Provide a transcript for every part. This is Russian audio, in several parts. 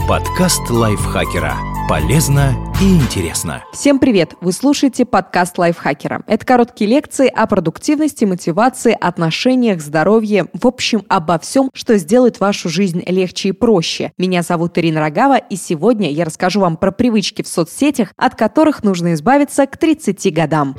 Подкаст лайфхакера. Полезно и интересно. Всем привет! Вы слушаете подкаст лайфхакера. Это короткие лекции о продуктивности, мотивации, отношениях, здоровье, в общем, обо всем, что сделает вашу жизнь легче и проще. Меня зовут Ирина Рогава, и сегодня я расскажу вам про привычки в соцсетях, от которых нужно избавиться к 30 годам.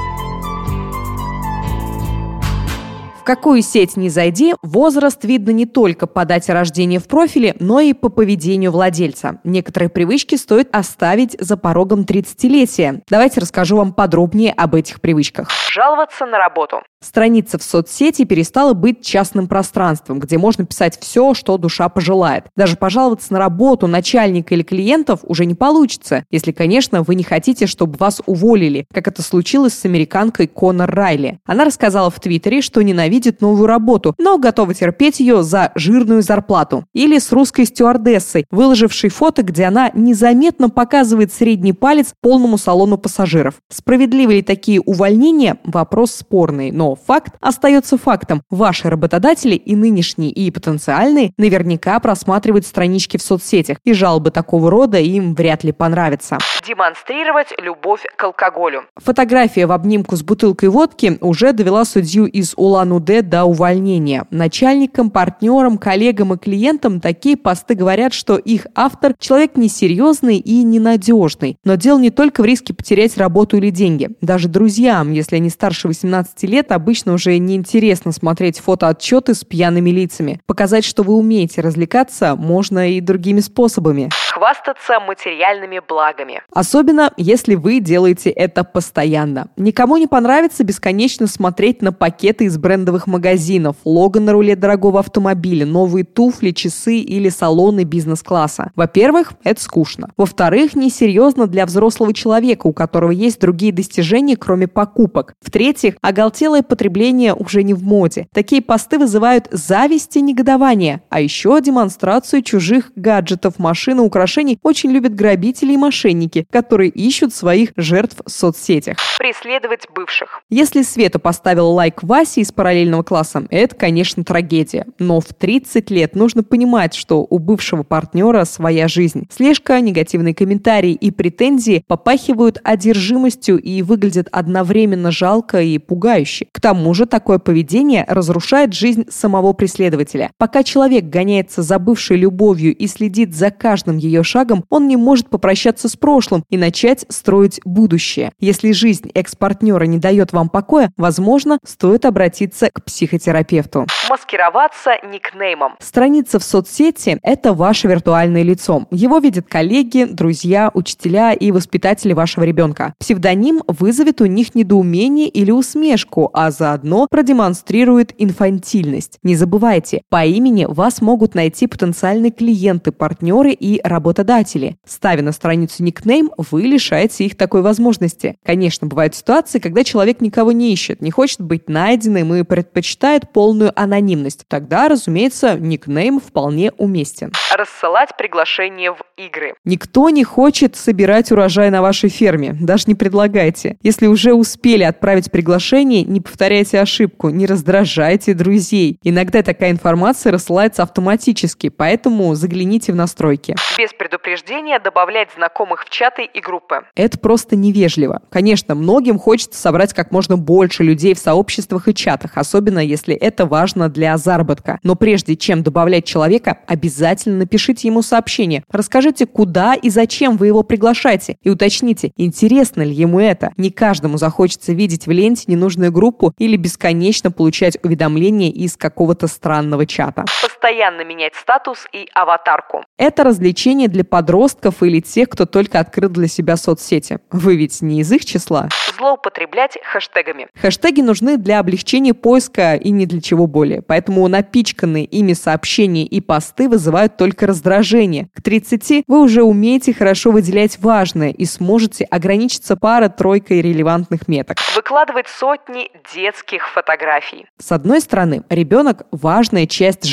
В какую сеть ни зайди, возраст видно не только по дате рождения в профиле, но и по поведению владельца. Некоторые привычки стоит оставить за порогом 30-летия. Давайте расскажу вам подробнее об этих привычках. Жаловаться на работу. Страница в соцсети перестала быть частным пространством, где можно писать все, что душа пожелает. Даже пожаловаться на работу начальника или клиентов уже не получится, если, конечно, вы не хотите, чтобы вас уволили, как это случилось с американкой Конор Райли. Она рассказала в Твиттере, что ненавидит новую работу, но готова терпеть ее за жирную зарплату. Или с русской стюардессой, выложившей фото, где она незаметно показывает средний палец полному салону пассажиров. Справедливы ли такие увольнения? Вопрос спорный, но факт остается фактом. Ваши работодатели, и нынешние, и потенциальные, наверняка просматривают странички в соцсетях, и жалобы такого рода им вряд ли понравятся. Демонстрировать любовь к алкоголю. Фотография в обнимку с бутылкой водки уже довела судью из Улан-Удэ до увольнения. Начальникам, партнерам, коллегам и клиентам такие посты говорят, что их автор – человек несерьезный и ненадежный. Но дело не только в риске потерять работу или деньги. Даже друзьям, если они старше 18 лет, обычно уже неинтересно смотреть фотоотчеты с пьяными лицами. Показать, что вы умеете развлекаться, можно и другими способами. Хвастаться материальными благами. Особенно, если вы делаете это постоянно. Никому не понравится бесконечно смотреть на пакеты из брендовых магазинов, лого на руле дорогого автомобиля, новые туфли, часы или салоны бизнес-класса. Во-первых, это скучно. Во-вторых, несерьезно для взрослого человека, у которого есть другие достижения, кроме покупок. В-третьих, оголтелое потребление уже не в моде. Такие посты вызывают зависть и негодование. А еще демонстрацию чужих гаджетов, машин и украшений очень любят грабители и мошенники, которые ищут своих жертв в соцсетях. Преследовать бывших. Если Света поставила лайк Васе из параллельного класса, это, конечно, трагедия. Но в 30 лет нужно понимать, что у бывшего партнера своя жизнь. Слежка, негативные комментарии и претензии попахивают одержимостью и выглядят одновременно жалко и пугающе. К тому же такое поведение разрушает жизнь самого преследователя. Пока человек гоняется за бывшей любовью и следит за каждым ее шагом, он не может попрощаться с прошлым и начать строить будущее. Если жизнь экс-партнера не дает вам покоя, возможно, стоит обратиться к психотерапевту. Маскироваться никнеймом. Страница в соцсети – это ваше виртуальное лицо. Его видят коллеги, друзья, учителя и воспитатели вашего ребенка. Псевдоним вызовет у них недоумение или усмешку, а заодно продемонстрирует инфантильность. Не забывайте, по имени вас могут найти потенциальные клиенты, партнеры и работодатели. Ставя на страницу никнейм, вы лишаете их такой возможности. Конечно, бывают ситуации, когда человек никого не ищет, не хочет быть найденным и предпочитает полную анонимность. Тогда, разумеется, никнейм вполне уместен. Рассылать приглашения в игры. Никто не хочет собирать урожай на вашей ферме. Даже не предлагайте. Если уже успели отправить приглашение, не повторяйте ошибку, не раздражайте друзей. Иногда такая информация рассылается автоматически, поэтому загляните в настройки. Без предупреждения добавлять знакомых в чаты и группы. Это просто невежливо. Конечно, многим хочется собрать как можно больше людей в сообществах и чатах, особенно если это важно для заработка. Но прежде чем добавлять человека, обязательно напишите ему сообщение. Расскажите, куда и зачем вы его приглашаете. И уточните, интересно ли ему это. Не каждому захочется видеть в ленте ненужную группу или бесконечно получать уведомления из какого-то странного чата. Постоянно менять статус и аватарку. Это развлечение для подростков или тех, кто только открыл для себя соцсети. Вы ведь не из их числа. Злоупотреблять хэштегами. Хэштеги нужны для облегчения поиска и ни для чего более. Поэтому напичканные ими сообщения и посты вызывают только раздражение. К 30 вы уже умеете хорошо выделять важное и сможете ограничиться парой-тройкой релевантных меток. Выкладывать сотни детских фотографий. С одной стороны, ребенок – важная часть жизни любого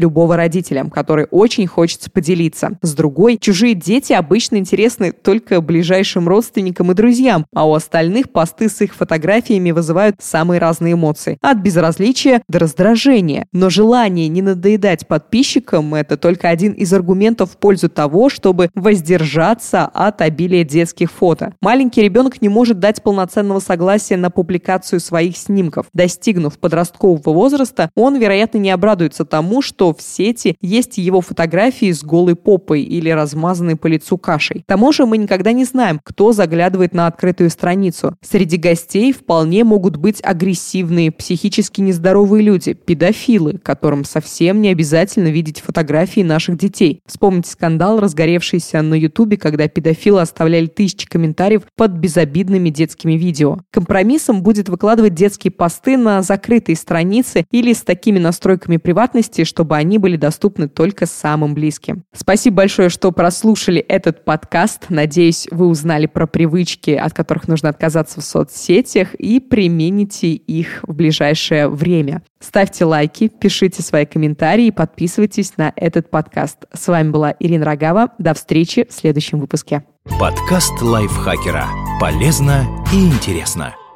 любого родителя, который очень хочется поделиться. С другой, чужие дети обычно интересны только ближайшим родственникам и друзьям, а у остальных посты с их фотографиями вызывают самые разные эмоции. От безразличия до раздражения. Но желание не надоедать подписчикам – это только один из аргументов в пользу того, чтобы воздержаться от обилия детских фото. Маленький ребенок не может дать полноценного согласия на публикацию своих снимков. Достигнув подросткового возраста, он, вероятно, не обрадуется тому, что в сети есть его фотографии с голой попой или размазанной по лицу кашей. К тому же мы никогда не знаем, кто заглядывает на открытую страницу. Среди гостей вполне могут быть агрессивные, психически нездоровые люди, педофилы, которым совсем не обязательно видеть фотографии наших детей. Вспомните скандал, разгоревшийся на Ютубе, когда педофилы оставляли тысячи комментариев под безобидными детскими видео. Компромиссом будет выкладывать детские посты на закрытые страницы или с такими настройками приватности, чтобы они были доступны только самым близким. Спасибо большое, что прослушали этот подкаст. Надеюсь, вы узнали про привычки, от которых нужно отказаться в соцсетях, и примените их в ближайшее время. Ставьте лайки, пишите свои комментарии и подписывайтесь на этот подкаст. С вами была Ирина Рогава. До встречи в следующем выпуске. Подкаст лайфхакера. Полезно и интересно.